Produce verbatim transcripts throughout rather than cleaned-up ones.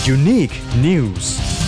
Unique News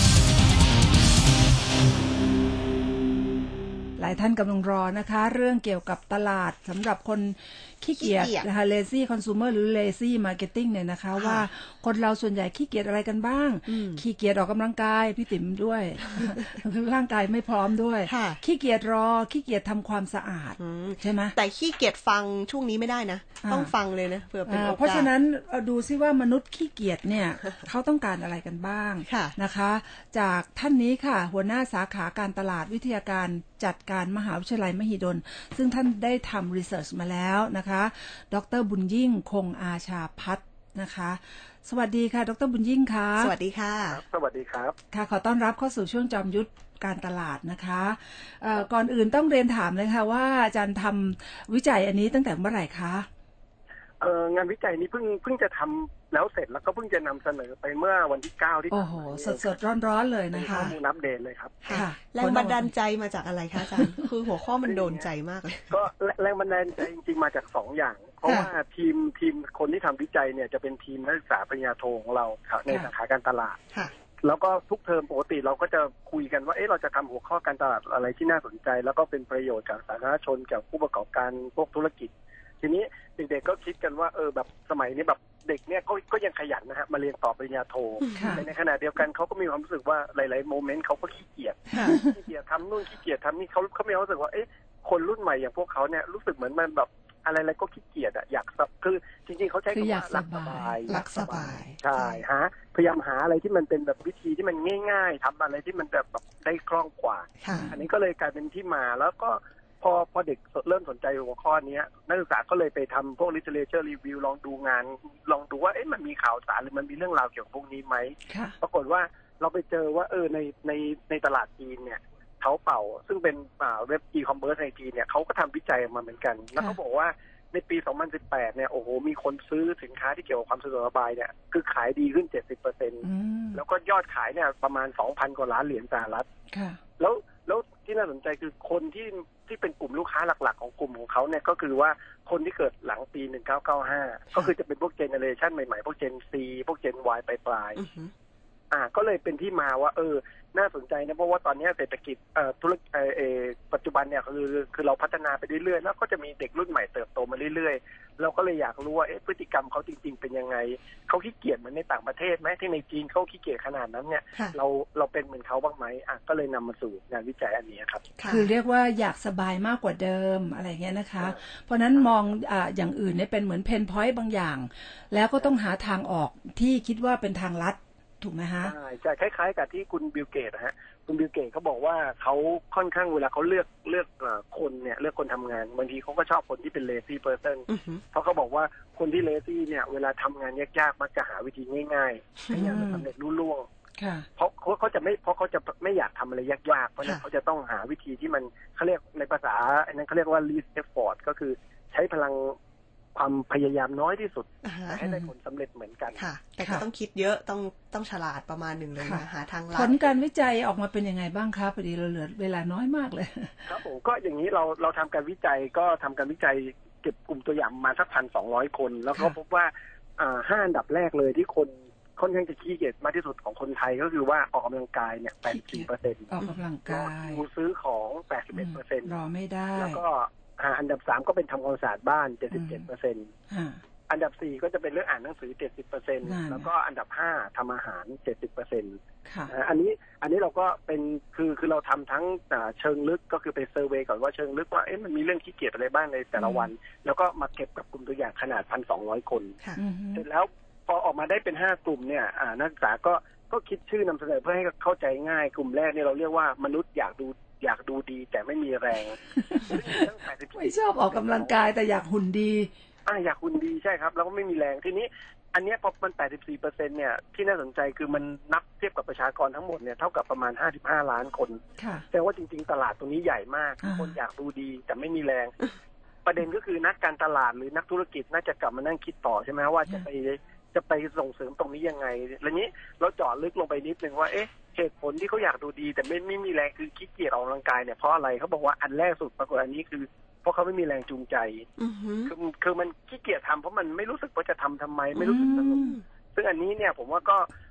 หลายท่านกำลังรอนะคะเรื่องเกี่ยวกับตลาดสำหรับคนขี้เกียจนะคะ lazy consumer หรือ lazy marketing เนี่ยนะคะว่าคนเราส่วนใหญ่ขี้เกียจอะไรกันบ้างขี้เกียจออกกำลังกายพี่ติ๋มด้วย ร่างกายไม่พร้อมด้วยขี้เกียจรอขี้เกียจทำความสะอาดใช่ไหมแต่ขี้เกียจฟังช่วงนี้ไม่ได้นะต้องฟังเลยนะเผื่อเป็นโอกาสเพราะฉะนั้นดูซิว่ามนุษย์ขี้เกียจเนี่ย เขาต้องการอะไรกันบ้างนะคะจากท่านนี้ค่ะหัวหน้าสาขาการตลาดวิทยาการจัดการมหาวิทยาลัยมหิดลซึ่งท่านได้ทำรีเสิร์ชมาแล้วนะคะดร.บุญยิ่งคงอาชาพัฒน์นะคะสวัสดีค่ะดร.บุญยิ่งค่ะสวัสดีค่ะสวัสดีครับค่ะขอต้อนรับเข้าสู่ช่วงจอมยุทธการตลาดนะคะก่อนอื่นต้องเรียนถามเลยค่ะว่าอาจารย์ทำวิจัยอันนี้ตั้งแต่เมื่อไหร่คะเอ่องานวิจัยนี้เพิ่งเพิ่งจะทำแล้วเสร็จแล้วก็เพิ่งจะนำเสนอไปเมื่อวันที่เก้าที่ผ่านมาโอ้โหสดๆร้อนๆเลยนะคะข้อมูลอัปเดตเลยครับค่ะแรงบันดาลใจมาจากอะไรคะอาจารย์ คือหัวข้อมันโดนใจมากเลยก็แรงบันดาลใจจริงๆมาจากสองอย่างเพราะว่าทีมทีมคนที่ทำวิจัยเนี่ยจะเป็นทีมนักศึกษาปริญญาโทของเราในสาขาการตลาดแล้วก็ทุกเทอมปกติเราก็จะคุยกันว่าเอ๊ะเราจะทำหัวข้อการตลาดอะไรที่น่าสนใจแล้วก็เป็นประโยชน์กับสาธารณชนกับผู้ประกอบการพวกธุรกิจทีนี้เด็กๆก็คิดกันว่าเออแบบสมัยนี้แบบเด็กเนี่ยก็ก็ยังขยันนะฮะมาเรียนต่อปริญญาโทแต่ในขณะเดียวกันเขาก็มีความรู้สึกว่าหลายๆโมเมนต์เขาก็ขี้เกียจขี้เกียจทำนู่นขี้เกียจทำนี่เขาเขาไม่รู้สึกว่าเอ๊ะคนรุ่นใหม่อย่างพวกเขาเนี่ยรู้สึกเหมือนมันแบบอะไรๆก็ขี้เกียจอะอยากคือจริงๆเขาใช้คำว่ารักสบายรักสบายใช่ฮะพยายามหาอะไรที่มันเป็นแบบวิธีที่มันง่ายๆทำอะไรที่มันแบบแบบได้คล่องกว่าอันนี้ก็เลยกลายเป็นที่มาแล้วก็พอพอเด็กเริ่มสนใจหัวข้อนี้นักศึกษาก็เลยไปทำพวก literature review ลองดูงานลองดูว่าเอ๊ะมันมีข่าวสารหรือมันมีเรื่องราวเกี่ยวกับพวกนี้ไหมปรากฏว่าเราไปเจอว่าเออในในในตลาดจีนเนี่ยเขาเป่าซึ่งเป็นเว็บ e-commerce ในจีนเนี่ยเขาก็ทำวิจัยมาเหมือนกันแล้วเขาบอกว่าในปีสองพันสิบแปดเนี่ยโอ้โหมีคนซื้อสินค้าที่เกี่ยวกับความสะดวกสบายเนี่ยคือขายดีขึ้น เจ็ดสิบเปอร์เซ็นต์ แล้วก็ยอดขายเนี่ยประมาณ สองพัน กว่าล้านเหรียญสหรัฐแล้วแล้วที่น่าสนใจคือคนที่ที่เป็นกลุ่มลูกค้าหลักๆของกลุ่มของเขาเนี่ยก็คือว่าคนที่เกิดหลังปีหนึ่งพันเก้าร้อยเก้าสิบห้าก็คือจะเป็นพวกเจเนอเรชันใหม่ๆพวก Gen C พวก Gen Y ปลายๆอ่าก็เลยเป็นที่มาว่าเออน่าสนใจนะเพราะว่าตอนนี้เศรษฐกิจเอ่อธุรกิจเอ่อปัจจุบันเนี่ยคือคือเราพัฒนาไปเรื่อยๆแล้วก็จะมีเด็กรุ่นใหม่เติบโตมาเรื่อยๆเราก็เลยอยากรู้ว่าเอ๊ะพฤติกรรมเขาจริงๆเป็นยังไงเขาขี้เกียจเหมือนในต่างประเทศไหมที่ในจีนเขาขี้เกียจขนาดนั้นเนี่ยเราเราเป็นเหมือนเขาบ้างไหมอ่ะก็เลยนำมาสู่งานวิจัยอันนี้ครับคือเรียกว่าอยากสบายมากกว่าเดิมอะไรเงี้ยนะคะเพราะนั้นมองอ่าอย่างอื่นเนี่ยเป็นเหมือนเพนพอยต์บางอย่างแล้วก็ต้องหาทางออกที่คิดว่าเป็นทางลัดถูกไหมฮะใช่จะคล้ายๆกับที่คุณบิลเกตนะฮะคุณบิลเกตเขาบอกว่าเขาค่อนข้างเวลาเขาเลือกเลือกคนเนี่ยเลือกคนทำงานบางทีเขาก็ชอบคนที่เป็น lazy person เพราะเขาบอกว่าคนที่ lazy เนี่ยเวลาทำงานยากๆมักจะหาวิธีง่ายๆพยายามจะสำเร็จรุ่ล่วงเพราะเขาจะไม่เพราะเขาจะไม่อยากทำอะไรยากๆเพราะนั้นเขาจะต้องหาวิธีที่มันเขาเรียกในภาษาอันนั้นเขาเรียกว่า least effort ก็คือใช้พลังความพยายามน้อยที่สุดให้ได้ผลสำเร็จเหมือนกันค่ะแต่ก็ต้องคิดเยอะต้องต้องฉลาดประมาณหนึ่งเลยนะหาทางลัดผลการวิจัยออกมาเป็นยังไงบ้างครับพอดีเราเหลือเวลาน้อยมากเลยครับผมก็อย่างนี้เราเราทำการวิจัยก็ทำการวิจัยเก็บกลุ่มตัวอย่างมาสักพันสองร้อยคนแล้วก็พบว่าอ่าห้าอันดับแรกเลยที่คนค่อนข้างจะขี้เกียจมากที่สุดของคนไทยก็คือว่าออกกำลังกายเนี่ย แปดสิบสี่เปอร์เซ็นต์ออกกำลังกายซื้อของ แปดสิบเอ็ดเปอร์เซ็นต์รอไม่ได้แล้วก็อันดับสามก็เป็นทำความสะอาดบ้าน เจ็ดสิบเจ็ดเปอร์เซ็นต์ อันดับสี่ก็จะเป็นเรื่องอ่านหนังสือ เจ็ดสิบเปอร์เซ็นต์ แล้วก็อันดับห้าทำอาหาร เจ็ดสิบเปอร์เซ็นต์ อันนี้อันนี้เราก็เป็นคือคือเราทำทั้งเชิงลึกก็คือไปเซอร์เวย์ก่อนว่าเชิงลึกว่าเอ๊ะมันมีเรื่องขี้เกียจอะไรบ้างในแต่ละวันแล้วก็มาเก็บกับกลุ่มตัวอย่างขนาด หนึ่งพันสองร้อย คนเสร็จแล้วพอออกมาได้เป็นห้ากลุ่มเนี่ยนักศึกษาก็ก็คิดชื่อนำเสนอเพื่อให้เข้าใจง่ายกลุ่มแรกเนี่ยเราเรียกว่ามนุษย์อยากดูอยากดูดีแต่ไม่มีแรงไม่ชอบออกกำลังกายแต่อยากหุ่นดีอ่าอยากหุ่นดีใช่ครับแล้วก็ไม่มีแรงทีนี้อันนี้พอมัน แปดสิบสี่เปอร์เซ็นต์ เนี่ยที่น่าสนใจคือมันนับเทียบกับประชากรทั้งหมดเนี่ยเท่ากับประมาณห้าสิบห้าล้านคนแต่ว่าจริงๆตลาดตรงนี้ใหญ่มากคนอยากดูดีแต่ไม่มีแรงประเด็นก็คือนักการตลาดหรือนักธุรกิจน่าจะกลับมานั่งคิดต่อใช่ไหมว่าจะไปจะไปส่งเสริมตรงนี้ยังไงแล้วนี้เราเจาะลึกลงไปนิดนึงว่าเอ๊ะเหตุผลที่เขาอยากดูดีแต่ไม่ไม่มีแรงคือขี้เกียจออกกำลังกายเนี่ยเพราะอะไรเขาบอกว่าอันแรกสุดปรากฏอันนี้คือเพราะเขาไม่มีแรงจูงใจคือคือมันขี้เกียจทำเพราะมันไม่รู้สึกว่าจะทำทำไมไม่รู้สึกสนุกซึ่งอันนี้เนี่ยผมว่าก็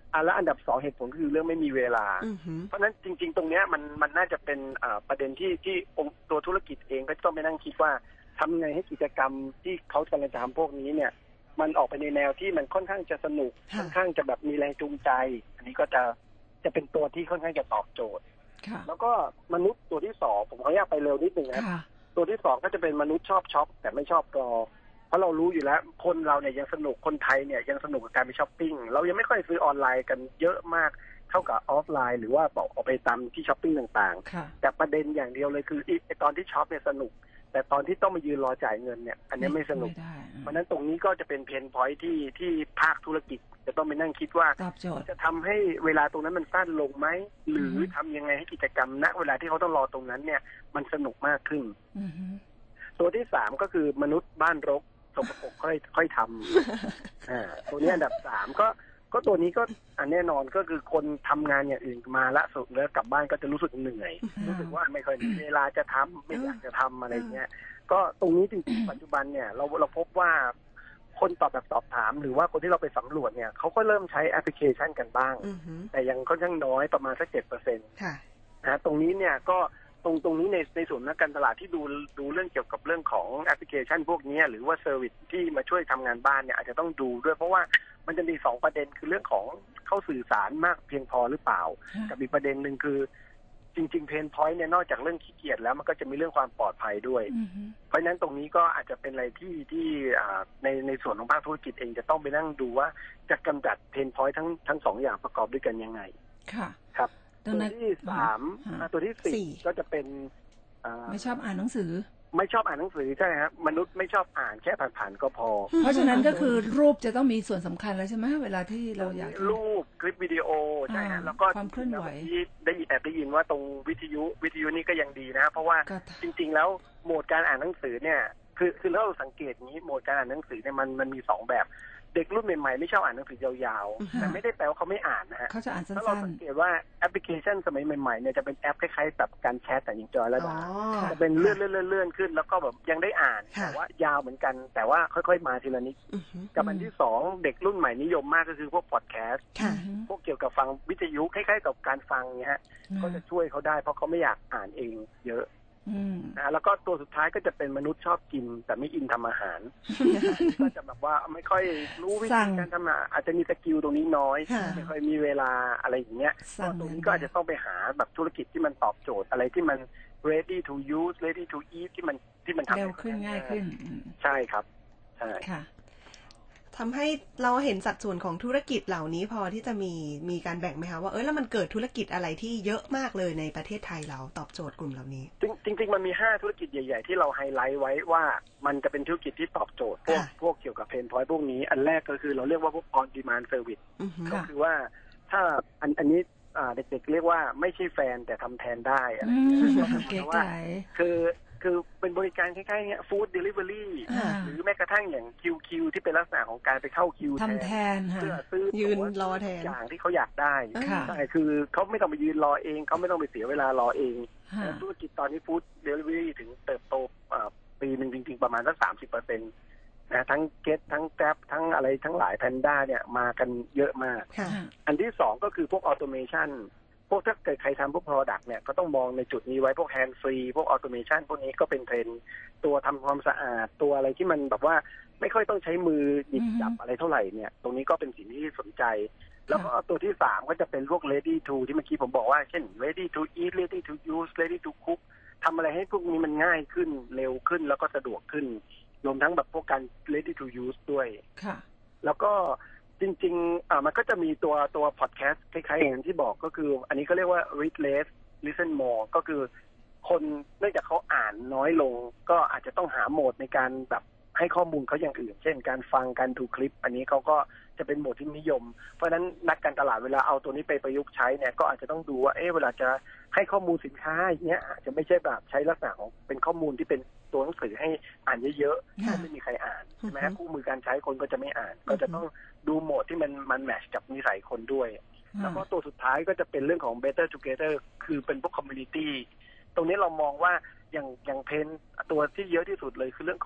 อ่ะแล้วอันดับสองเหตุผลคือเรื่องไม่มีเวลาเพราะนั้นจริงๆตรงเนี้ยมันมันน่าจะเป็นอ่าประเด็นที่ที่องค์ตัวธุรกิจเองก็ต้องไปนั่งคิดว่าทำไงให้กิจกรรมที่เขากำลังจะทำพวกนี้เนี่ยมันออกไปในแนวที่มันค่อนข้างจะสนุกค่อนข้างจะแบบมีแรงจูงใจอันนี้ก็จะจะเป็นตัวที่ค่อนข้างจะตอบโจทย์แล้วก็มนุษย์ตัวที่สองผมขออนุญาตไปเร็วนิดนึงนะตัวที่สองก็จะเป็นมนุษย์ชอบช็อปแต่ไม่ชอบรอเพราะเรารู้อยู่แล้วคนเราเนี่ยยังสนุกคนไทยเนี่ยยังสนุกกับการไปช้อปปิ้งเรายังไม่ค่อยซื้อออนไลน์กันเยอะมากเท่ากับออฟไลน์หรือว่าออกไปตามที่ช้อปปิ้งต่างๆแต่ประเด็นอย่างเดียวเลยคือไอ้ตอนที่ช็อปเนี่ยสนุกแต่ตอนที่ต้องมายืนรอจ่ายเงินเนี่ยอันนี้ไม่สนุกเพราะนั้นตรงนี้ก็จะเป็นเพนพอยท์ที่ที่ภาคธุรกิจจะต้องไปนั่งคิดว่าจะทำให้เวลาตรงนั้นมันสั้นลงไหมหรือทำยังไงให้กิจกรรมณเวลาที่เขาต้องรอตรงนั้นเนี่ยมันสนุกมากขึ้นตัวที่สามก็คือมนุษย์บ้านรกสกปรกค่อยค่อยทำอ่าตัวนี้อันดับสามก็ก็ตัวนี้ก็อันแน่นอนก็คือคนทำงานอย่างอื่นมาละสุดแล้วกลับบ้านก็จะรู้สึกเหนื่อยรู้สึกว่าไม่ค่อยมีเวลาจะทำไม่อยากจะทำอะไรเงี้ยก็ตรงนี้จริงๆปัจจุบันเนี่ยเราเราพบว่าคนตอบแบบสอบถามหรือว่าคนที่เราไปสำรวจเนี่ยเขาก็เริ่มใช้แอปพลิเคชันกันบ้างแต่ยังค่อนข้างน้อยประมาณสักเจ็ดเปอร์เซ็นต์นะตรงนี้เนี่ยก็ตรงตรงนี้ในในส่วนนักการตลาดที่ดูดูเรื่องเกี่ยวกับเรื่องของแอปพลิเคชันพวกนี้หรือว่าเซอร์วิสที่มาช่วยทำงานบ้านเนี่ยอาจจะต้องดูด้วยเพราะว่ามันจะมีสองประเด็นคือเรื่องของเข้าสื่อสารมากเพียงพอหรือเปล่ากับอีกประเด็นหนึ่งคือจริงๆเพนพอยต์เนี่ยนอกจากเรื่องขี้เกียจแล้วมันก็จะมีเรื่องความปลอดภัยด้วยเพราะฉะนั้นตรงนี้ก็อาจจะเป็นอะไรที่ที่ในในส่วนของภาคธุรกิจเองจะต้องไปนั่งดูว่าจะกำจัดเพนพอยต์ทั้งทั้งสองอย่างประกอบด้วยกันยังไงค่ะครับตัวที่สามตัวที่สี่ก็จะเป็นไม่ชอบอ่านหนังสือไม่ชอบอ่านหนังสือใช่ครับมนุษย์ไม่ชอบอ่านแค่ผ่านๆก็พอเพราะฉะนั้นก็คือรูปจะต้องมีส่วนสำคัญแล้วใช่ไหมเวลาที่เราอยากรูปคลิปวิดีโอใช่ฮะแล้วก็ความเคลื่อนไหวได้แอบได้ยินว่าตรงวิทยุวิทยุนี่ก็ยังดีนะเพราะว่าจริงๆแล้วโหมดการอ่านหนังสือเนี่ยคือคือเราสังเกตนี้โหมดการอ่านหนังสือเนี่ยมันมันมีสองแบบเด็กรุ่นใหม่ๆไม่ชอบอ่านหนังสือยาวๆแต่ไม่ได้แปลว่าเขาไม่อ่านนะฮะเขาจะอ่านสั้นๆถ้าเราสังเกตว่าแอปพลิเคชันสมัยใหม่ๆเนี่ยจะเป็นแอปคล้ายๆแบบการแชทแต่ยิงจอยแล้วจะเป็นเลื่อนเลื่อนเลื่อนขึ้นแล้วก็แบบยังได้อ่านแต่ว่ายาวเหมือนกันแต่ว่าค่อยๆมาทีละนิดกับอันที่สองเด็กรุ่นใหม่นิยมมากก็คือพวกพอดแคสต์พวกเกี่ยวกับฟังวิทยุคล้ายๆกับการฟังเนี่ยฮะก็จะช่วยเขาได้เพราะเขาไม่อยากอ่านเองเยอะนะแล้วก็ตัวสุดท้ายก็จะเป็นมนุษย์ชอบกินแต่ไม่อินทำอาหารก็จะแบบว่าไม่ค่อยรู้วิธีการทำอาหารอาจจะมีสกิลตรงนี้น้อยไม่ค่อยมีเวลาอะไรอย่างเงี้ยตรงนี้ก็อาจจะต้องไปหาแบบธุรกิจที่มันตอบโจทย์อะไรที่มัน ready to use ready to eat ที่มันที่มันทำเร็วขึ้นง่ายขึ้นใช่ครับใช่ค่ะทำให้เราเห็นสัดส่วนของธุรกิจเหล่านี้พอที่จะมีมีการแบ่งไหมคะว่าเออแล้วมันเกิดธุรกิจอะไรที่เยอะมากเลยในประเทศไทยเราตอบโจทย์กลุ่มเหล่านี้จริงจริงมันมีห้าธุรกิจใหญ่ๆที่เราไฮไลท์ไว้ว่ามันจะเป็นธุรกิจที่ตอบโจทย์พวกพวกเกี่ยวกับเพนพอยต์พวกนี้อันแรกก็คือเราเรียกว่าพวก on demand service ก็คือว่าถ้าอันอันนี้เด็กๆเรียกว่าไม่ใช่แฟนแต่ทำแทนได้อะไรอย่างเงี้ยเพราะว่าคือคือเป็นบริการคล้ายๆเงี้ยฟู้ดเดลิเวอรี่หรือแม้กระทั่งอย่าง คิว คิว ที่เป็นลักษณะของการไปเข้าคิวทำแทนเพื่อซื้อยืนรอแทนอย่างที่เขาอยากได้ใช่คือเขาไม่ต้องไปยืนรอเองเขาไม่ต้องไปเสียเวลารอเองธุรกิจตอนนี้ฟู้ดเดลิเวอรี่ถึงเติบโตปีหนึ่งจริงๆประมาณสักสามสิบเปอร์เซ็นต์นะทั้งเก็ตทั้งแกร็บทั้งอะไรทั้งหลายแพนด้าเนี่ยมากันเยอะมากอันที่สองก็คือพวกออโตเมชันพวกถ้าเกิดใครทำพวก product เนี่ยก็ต้องมองในจุดนี้ไว้พวก hand free พวก automation พวกนี้ก็เป็นเทรนด์ตัวทำความสะอาดตัวอะไรที่มันแบบว่าไม่ค่อยต้องใช้มือหยิบจับอะไรเท่าไหร่เนี่ยตรงนี้ก็เป็นสิ่งที่สนใจแล้วก็ตัวที่สามก็จะเป็นพวก ready to ที่เมื่อกี้ผมบอกว่าเช่น ready to eat ready to use ready to cook ทำอะไรให้พวกนี้มันง่ายขึ้นเร็วขึ้นแล้วก็สะดวกขึ้นรวมทั้งแบบพวกการ ready to use ด้วยแล้วก็จริงๆอ่ามันก็จะมีตัวตัวพอดแคสต์คล้ายๆอย่างที่บอกก็คืออันนี้ก็เรียกว่า read less listen more ก็คือคนเนื่องจากเขาอ่านน้อยลงก็อาจจะต้องหาโหมดในการแบบให้ข้อมูลเขาอย่างอื่นเช่นการฟังการดูคลิปอันนี้เขาก็จะเป็นโหมดที่นิยมเพราะฉะนั้นนักการตลาดเวลาเอาตัวนี้ไปประยุกต์ใช้เนี่ยก็อาจจะต้องดูว่าเอ๊ะเวลาจะให้ข้อมูลสินค้าอย่างเงี้ยอาจจะไม่ใช่แบบใช้ลักษณะของเป็นข้อมูลที่เป็นตัวหนังสือให้อ่านเยอะๆถ้าไม่มีใครอ่านใช่ไหมคู่มือการใช้คนก็จะไม่อ่านก็จะต้องดูโหมดที่มันมันแมทช์กับนิสัยคนด้วยแล้วก็ตัวสุดท้ายก็จะเป็นเรื่องของ better together คือเป็นพวก community ตรงนี้เรามองว่าอย่างอย่างเพนตัวที่เยอะที่สุดเลยคือเรื่องของ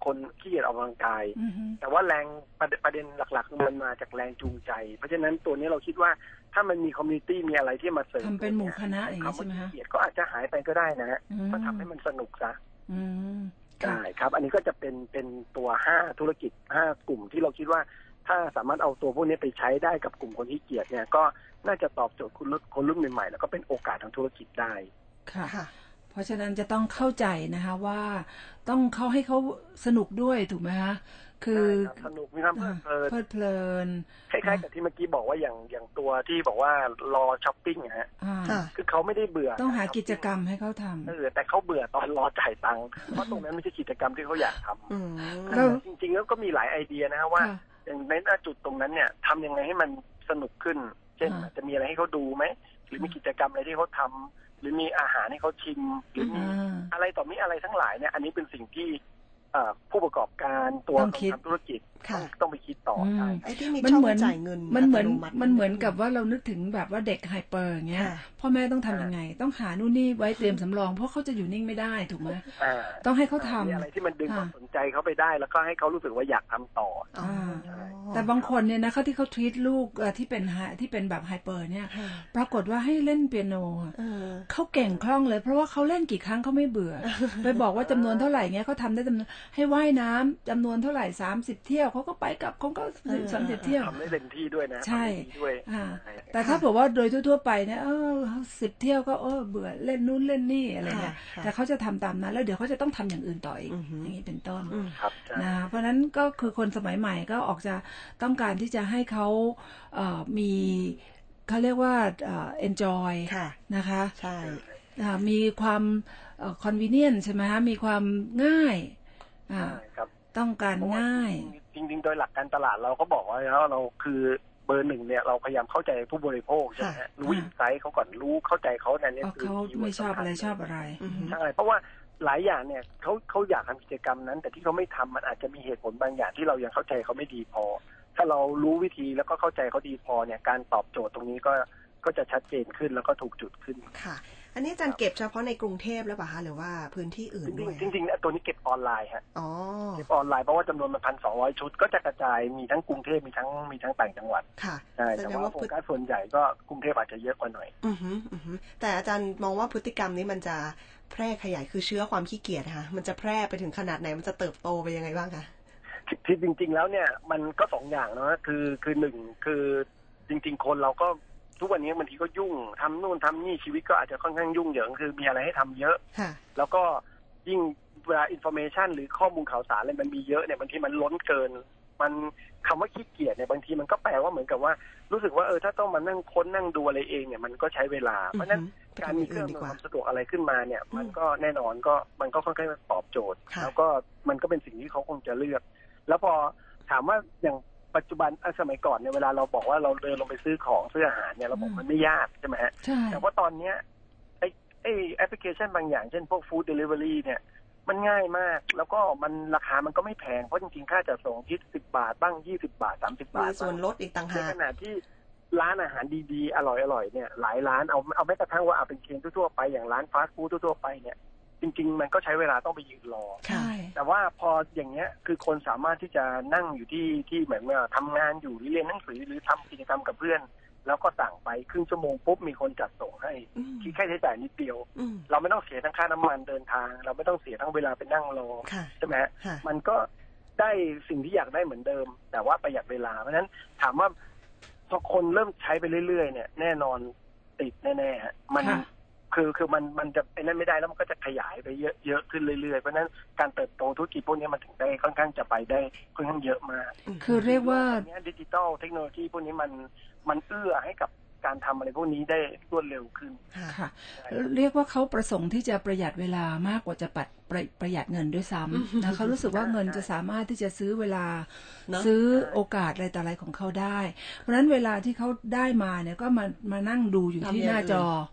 คนขี้เกียจออกกำลังกายแต่ว่าแรงประเด็นหลักๆมันมาจากแรงจูงใจเพราะฉะนั้นตัวนี้เราคิดว่าถ้ามันมีคอมมูนิตี้มีอะไรที่มาเสริมทำเป็นหมู่คณะอย่างนี้ใช่ไหมคะขี้เกียจก็อาจจะหายไปก็ได้นะฮะก็ทำให้มันสนุกซะได้ครับอันนี้ก็จะเป็นเป็นตัวห้าธุรกิจห้ากลุ่มที่เราคิดว่าถ้าสามารถเอาตัวพวกนี้ไปใช้ได้กับกลุ่มคนที่เกียจเนี่ยก็น่าจะตอบโจทย์คนรุ่นคนรุ่นใหม่ๆแล้วก็เป็นโอกาสทางธุรกิจได้ค่ะเพราะฉะนั้นจะต้องเข้าใจนะคะว่าต้องเข้าให้เขาสนุกด้วยถูกไหมคะคือสนุกมีความเพลิดเพลินคล้ายๆกับที่เมื่อกี้บอกว่าอย่างอย่างตัวที่บอกว่ารอช้อปปิ้งนะฮะคือเขาไม่ได้เบื่อต้องหากิจกรรมให้เขาทำเออแต่เขาเบื่อตอนรอจ่ายตังค์เพราะตรงนั้นไม่ใช่กิจกรรมที่เขาอยากทำแล้วจริงๆแล้วก็มีหลายไอเดียนะว่าอย่างในหน้าจุดตรงนั้นเนี่ยทำยังไงให้มันสนุกขึ้นเช่นจะมีอะไรให้เขาดูไหมหรือมีกิจกรรมอะไรที่เขาทำหรือมีอาหารให้เขาชิมหรือมีอะไรต่อมีอะไรทั้งหลายเนี่ยอันนี้เป็นสิ่งที่ผู้ประกอบการตัวทำธุรกิจต้องไปคิดต่อไอ้ที่มีช่องจ่ายเงินมันเหมือนมันเหมือนกับว่าเรานึกถึงแบบว่าเด็กไฮเปอร์อย่างเงี้ยพ่อแม่ต้องทำยังไงต้องหานู่นนี่ไว้เตรียมสำรองเพราะเขาจะอยู่นิ่งไม่ได้ถูกไหมต้องให้เขาทำอะไรที่มันดึงความสนใจเขาไปได้แล้วก็ให้เขารู้สึกว่าอยากทำต่อแต่บางคนเนี่ยนะเขาที่เขาทรีตลูกที่เป็นที่เป็นแบบไฮเปอร์เนี่ยปรากฏว่าให้เล่นเปียโนเขาเก่งคล่องเลยเพราะว่าเขาเล่นกี่ครั้งเขาไม่เบื่อไปบอกว่าจำนวนเท่าไหร่เงี้ยเขาทำได้จำนวนให้ว่ายน้ำจำนวนเท่าไหร่สามสิบเที่ยวเขาก็ไปกับเขาก็สามสิบเที่ยวทำได้เต็มที่ด้วยนะใช่แต่ถ้าบอกว่าโดยทั่วๆไปเนี่ยเออสิบเที่ยวก็เออเบื่อเล่นนู่นเล่นนี่อะไรเงี้ยแต่เขาจะทำตามนั้นแล้วเดี๋ยวเขาจะต้องทำอย่างอื่นต่ออีกอย่างนี้เป็นต้นนะเพราะนั้นก็คือคนสมัยใหม่ก็ออกจะต้องการที่จะให้เขาเอ่อมีเขาเรียกว่าเอ่อ enjoy นะคะใช่มีความเอ่อ convenient ใช่ไหมฮะมีความง่ายอ่าต้องการง่ายจริงๆโดยหลักการตลาดเราก็บอกว่าแล้วเราคือเบอร์หนึ่งเนี่ยเราพยายามเข้าใจผู้บริโภคใช่ไหมรู้อินไซต์เขาก่อนรู้เข้าใจเขาในนี้คือเขาไม่ชอบอะไรชอบอะไรใช่เพราะว่าหลายอย่างเนี่ยเขาเขาอยากทำกิจกรรมนั้นแต่ที่เขาไม่ทำมันอาจจะมีเหตุผลบางอย่างที่เรายังเข้าใจเขาไม่ดีพอถ้าเรารู้วิธีแล้วก็เข้าใจเขาดีพอเนี่ยการตอบโจทย์ตรงนี้ก็ก็จะชัดเจนขึ้นแล้วก็ถูกจุดขึ้นค่ะอันนี้อาจารย์เก็บเฉพาะในกรุงเทพแล้วป่ะคะหรือว่าพื้นที่อื่นด้วยจริงๆตัวนี้เก็บออนไลน์ฮะอ๋อเก็บออนไลน์เพราะว่าจำนวนมันพันสองร้อยชุดก็จะกระจายมีทั้งกรุงเทพมีทั้งมีทั้งต่างจังหวัดค่ะใช่แต่ว่าโฟกัสส่วนใหญ่ก็กรุงเทพอาจจะเยอะกว่าหน่อยอือฮึอือฮึแต่อาจารย์มองว่าพฤติกรรมนี้มันจะแพร่ขยายคือเชื้อความขี้เกียจค่ะมันจะแพร่ไปถึงขนาดไหนมันจะเติบโตไปยังไงบ้างคะที่จริงๆแล้วเนี่ยมันก็สองอย่างนะคือคือหนึ่งคือจริงๆคนเราก็ทุกวันนี้บางทีก็ยุ่งทำนู่นทำนี่ชีวิตก็อาจจะค่อนข้างยุ่งเหยิงคือมีอะไรให้ทำเยอะแล้วก็ยิ่งเวลาอินโฟเมชันหรือข้อมูลข่าวสารอะไรมันมีเยอะเนี่ยบางทีมันล้นเกินมันคำว่าขี้เกียจเนี่ยบางทีมันก็แปลว่าเหมือนกับว่ารู้สึกว่าเออถ้าต้องมานั่งค้นนั่งดูอะไรเองเนี่ยมันก็ใช้เวลาเพราะฉะนั้นการมีเครื่องอำนวยความสะดวกอะไรขึ้นมาเนี่ยมันก็แน่นอนก็มันก็ค่อนข้างตอบโจทย์แล้วก็มันก็เป็นสิ่งที่เขาคงจะเลือกแล้วพอถามว่าอย่างปัจจุบันสมัยก่อนเนี่ยเวลาเราบอกว่าเราเดินลงไปซื้อของซื้ออาหารเนี่ยเราบอกมันไม่ยากใช่ไหมฮะแต่ว่าตอนเนี้ยไอ้ไอ้แอปพลิเคชันบางอย่างเช่นพวกฟู้ดเดลิเวอรี่เนี่ยมันง่ายมากแล้วก็มันราคามันก็ไม่แพงเพราะจริงๆค่าจัดส่งที่สิบบาทบ้างยี่สิบบาทสามสิบบาทมีส่วนลดอีกต่างหากในขณะที่ร้านอาหารดีๆอร่อยๆเนี่ยหลายร้านเอาเอาแม้กระทั่งว่าเอาเป็นเชนทั่วๆไปอย่างร้านฟาสต์ฟู้ดทั่วๆไปเนี่ยจริงๆมันก็ใช้เวลาต้องไปยืนรอใช่แต่ว่าพออย่างเงี้ยคือคนสามารถที่จะนั่งอยู่ที่ที่เหมือนว่าทำงานอยู่หรือเรียนหนังสือหรือทำกิจกรรมกับเพื่อนแล้วก็สั่งไปครึ่งชั่วโมงปุ๊บมีคนจัดส่งให้คิดแค่ใช้จ่ายนิดเดียวเราไม่ต้องเสียทั้งค่าน้ำมันเดินทางเราไม่ต้องเสียทั้งเวลาไปนั่งรอใช่ไหมมันก็ได้สิ่งที่อยากได้เหมือนเดิมแต่ว่าประหยัดเวลาเพราะฉะนั้นถามว่าพอคนเริ่มใช้ไปเรื่อยๆเนี่ยแน่นอนติดแน่ๆมันคือคือมันมันจะไอ้นั่นไม่ได้แล้วมันก็จะขยายไปเยอะเยอะขึ้นเรื่อยๆเพราะนั้นการเติบโตธุรกิจพวกนี้มันถึงได้ค่อนข้างจะไปได้ค่อนข้างเยอะมากคือเรียกว่าดิจิทัลเทคโนโลยีพวกนี้มันมันเอื้อให้กับการทำอะไรพวกนี้ได้รวดเร็วขึ้นค่ะเรียกว่าเขาประสงค์ที่จะประหยัดเวลามากกว่าจะปัดประประหยัดเงินด้วยซ้ำนะเขารู้สึกว่าเงินจะสามารถที่จะซื้อเวลาซื้อโอกาสอะไรต่ออะไรของเขาได้เพราะฉะนั้นเวลาที่เขาได้มาเนี่ยก็มามานั่งดูอยู่ที่หน้าจอ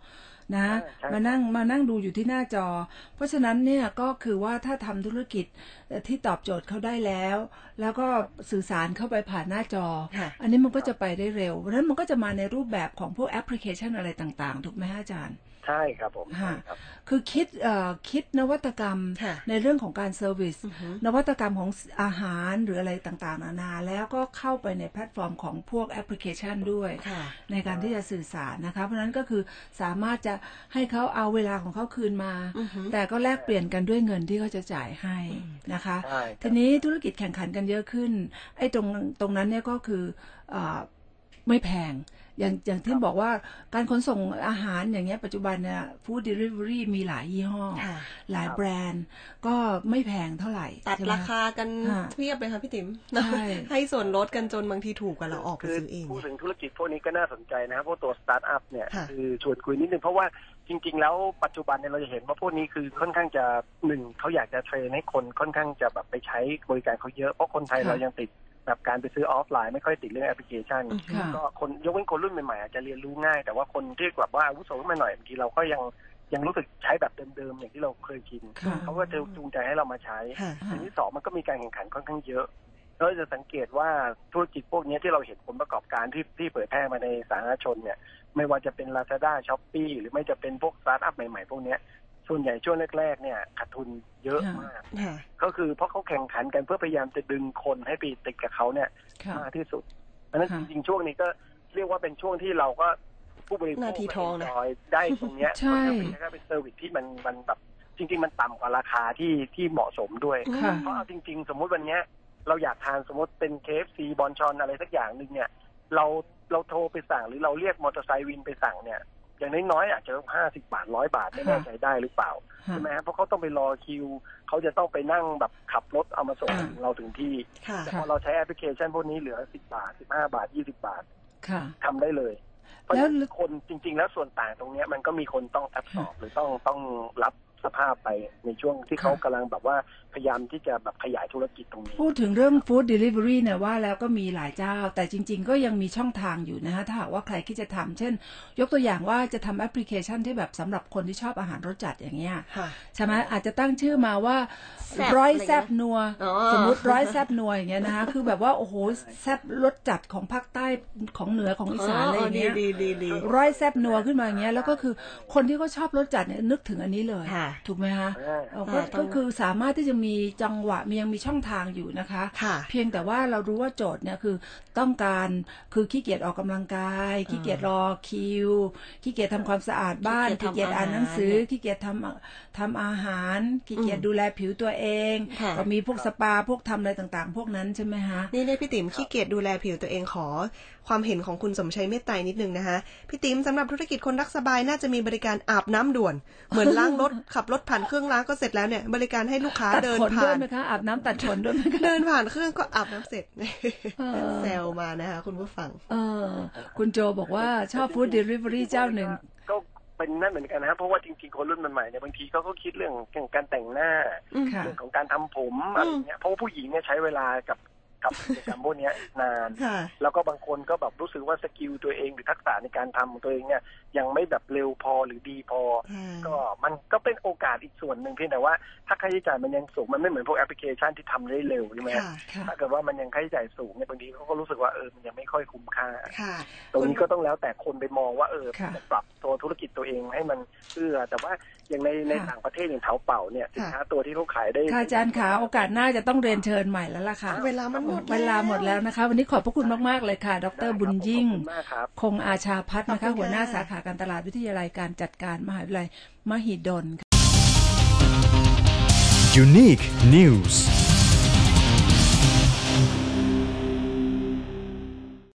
นะมานั่งมานั่งดูอยู่ที่หน้าจอเพราะฉะนั้นเนี่ยก็คือว่าถ้าทำธุรกิจที่ตอบโจทย์เขาได้แล้วแล้วก็สื่อสารเข้าไปผ่านหน้าจออันนี้มันก็จะไปได้เร็วเพราะฉะนั้นมันก็จะมาในรูปแบบของพวกแอปพลิเคชันอะไรต่างๆถูกไหมอาจารย์ใช่ครับผมค่ะคือคิดเอ่อคิดนวัตกรรมในเรื่องของการเซอร์วิสนวัตกรรมของอาหารหรืออะไรต่างๆนานาแล้วก็เข้าไปในแพลตฟอร์มของพวกแอปพลิเคชันด้วยในการที่จะสื่อสารนะคะเพราะฉะนั้นก็คือสามารถจะให้เขาเอาเวลาของเขาคืนมาแต่ก็แลกเปลี่ยนกันด้วยเงินที่เขาจะจ่ายให้นะคะทีนี้ธุรกิจแข่งขันกันเยอะขึ้นไอ้ตรงตรงนั้นเนี่ยก็คืออ่าไม่แพงอย่างอย่างที่บอกว่าการขนส่งอาหารอย่างเงี้ยปัจจุบันเนี่ยฟู้ดเดลิเวอรี่มีหลายยี่ห้อหลายแบรนด์ก็ไม่แพงเท่าไหร่ตัดราคากันเทียบเลยค่ะพี่ติ๋มให้ส่วนลดกันจนบางทีถูกกว่าเราออกไปซื้อเองพูดถึงธุรกิจพวกนี้ก็น่าสนใจนะครับพวกตัวสตาร์ทอัพเนี่ยคือชวนคุยนิดนึงเพราะว่าจริงๆแล้วปัจจุบันเนี่ยเราจะเห็นว่าพวกนี้คือค่อนข้างจะหนึ่งเขาอยากจะเทรนให้คนค่อนข้างจะแบบไปใช้บริการเขาเยอะเพราะคนไทยเรายังติดแบบการไปซื้อออฟไลน์ไม่ค่อยติดเรื่องแอปพลิเคชันก็คนยกเว้นคนรุ่นใหม่ๆอาจจะเรียนรู้ง่ายแต่ว่าคนที่แบบว่าอาวุโสขึ้นมาหน่อยบางทีเราก็ยังยังรู้สึกใช้แบบเดิมๆอย่างที่เราเคยชินเขาก็จะจูงใจให้เรามาใช้อันที่สองมันก็มีการแข่งขันค่อนข้างเยอะเราจะสังเกตว่าธุรกิจพวกนี้ที่เราเห็นผลประกอบการที่ที่เผยแพร่มาในสาธารณชนเนี่ยไม่ว่าจะเป็น Lazada Shopee หรือไม่จะเป็นพวกสตาร์ทอัพใหม่ๆพวกนี้ส่วนใหญ่ช่วงแรกๆเนี่ยขาดทุนเยอะมากก็คือเพราะเขาแข่งขันกันเพื่อพยายามจะดึงคนให้ไปติดกับเขาเนี่ยมากที่สุดเพราะฉะนั้นจริงๆช่วงนี้ก็เรียกว่าเป็นช่วงที่เราก็ผู้บริโภคได้ตรงเนี้ยก็เป็นเซอร์วิสที่มันมันแบบจริงๆมันต่ำกว่าราคาที่ที่เหมาะสมด้วยเพราะเอาจริงๆสมมุติวันนี้เราอยากทานสมมติเป็น เค เอฟ ซี บอนชอนอะไรสักอย่างนึงเนี่ยเราเราโทรไปสั่งหรือเราเรียกมอเตอร์ไซค์วินไปสั่งเนี่ยอย่างน้อยๆอาจจะห้าสิบบาทร้อยบาทไม่แน่ใจได้หรือเปล่าใช่ไหมเพราะเขาต้องไปรอคิวเขาจะต้องไปนั่งแบบขับรถเอามาส่งถึงเราถึงที่แต่พอเราใช้แอปพลิเคชันพวกนี้เหลือสิบบาทสิบห้าบาทยี่สิบบาททำได้เลยเพราะฉะนั้นคนจริงๆแล้วส่วนต่างตรงนี้มันก็มีคนต้องแอบสอบหรือต้องต้องรับสภาพไปในช่วงที่เขากำลังแบบว่าพยายามที่จะแบบขยายธุรกิจตรงนี้พูดถึงเรื่องฟู้ดเดลิเวอรี่เนี่ยว่าแล้วก็มีหลายเจ้าแต่จริงๆก็ยังมีช่องทางอยู่นะฮะถ้าหากว่าใครคิดจะทำเช่นยกตัวอย่างว่าจะทำแอปพลิเคชันที่แบบสำหรับคนที่ชอบอาหารรสจัดอย่างเงี้ยใช่ไหมอาจจะตั้งชื่อมาว่าร้อยแซบนัวสมมติร้อยแซบนัวอย่างเงี้ยนะคะคือแบบว่าโอ้โหแซบรสจัดของภาคใต้ของเหนือของอีสานอะไรเงี้ยร้อยแซบนัวขึ้นมาอย่างเงี้ยแล้วก็คือคนที่เขาชอบรสจัดเนี่ยนึกถึงอันนี้เลยถูกไหมคะก็คือสามารถที่จะมีจังหวะมียังมีช่องทางอยู่นะคะเพียงแต่ว่าเรารู้ว่าโจทย์เนี่ยคือต้องการคือขี้เกียจออกกำลังกายขี้เกียจรอคิวขี้เกียจทำความสะอาดบ้านขี้เกียจอ่านหนังสือขี้เกียจทำทำอาหารขี้เกียจดูแลผิวตัวเองก็มีพวกสปาพวกทำอะไรต่างๆพวกนั้นใช่ไหมคะนี่เนี่ยพี่ติ๋มขี้เกียจดูแลผิวตัวเองขอความเห็นของคุณสมชัยเมตไตรนิดนึงนะคะพี่ติ๋มสำหรับธุรกิจคนรักสบายน่าจะมีบริการอาบน้ำด่วนเหมือนล้างรถขับรถผ่านเครื่องล้างก็เสร็จแล้วเนี่ยบริการให้ลูกค้าเดินผ่านไหมคะอาบน้ำตัดขนด้วยไหมคะเดินผ่านเครื่องก็อาบน้ำเสร็จแซวมานะคะคุณผู้ฟังเออคุณโจบอกว่าชอบฟู้ดเดลิเวอรี่เจ้าหนึ่งก็เป็นนั่นเหมือนกันนะครับเพราะว่าจริงๆคนรุ่นใหม่ๆเนี่ยบางทีเขาก็คิดเรื่องการแต่งหน้าเรื่องของการทำผมอะไรเงี้ยเพราะว่าผู้หญิงเนี่ยใช้เวลากับกับกิจกรรมพวกนี้นานแล้วก็บางคนก็แบบรู้สึกว่าสกิลตัวเองหรือทักษะในการทำของตัวเองเนี่ยยังไม่แบบเร็วพอหรือดีพอก็มันก็เป็นโอกาสอีกส่วนหนึ่งเพียงแต่ว่าถ้าค่าใช้จ่ายมันยังสูงมันไม่เหมือนพวกแอปพลิเคชันที่ทำได้เร็วใช่ไหมถ้าเกิดว่ามันยังค่าใช้จ่ายสูงเนี่ยบางทีเขาก็รู้สึกว่าเออมันยังไม่ค่อยคุ้มค่าตรงนี้ก็ต้องแล้วแต่คนไปมองว่าเออปรับตัวธุรกิจตัวเองให้มันเอื้อแต่ว่าอย่างในในต่างประเทศอย่างเถาเป่าเนี่ยสินค้าตัวที่เขาขายได้ค่ะอาจารย์ขาโอกาสหน้าจะต้องเรียนเชิญใหม่แล้วล่ะค่ะเวลามันหมดเวลาหมดแล้วนะคะวันนี้ขอบพระคุณมากๆเลยค่ะดร.บุญยิ่งคงอาชาพัฒน์นะคะหัวหน้าสาขาการตลาดวิทยาลัยการจัดการมหาวิทยาลัยมหิดล Unique News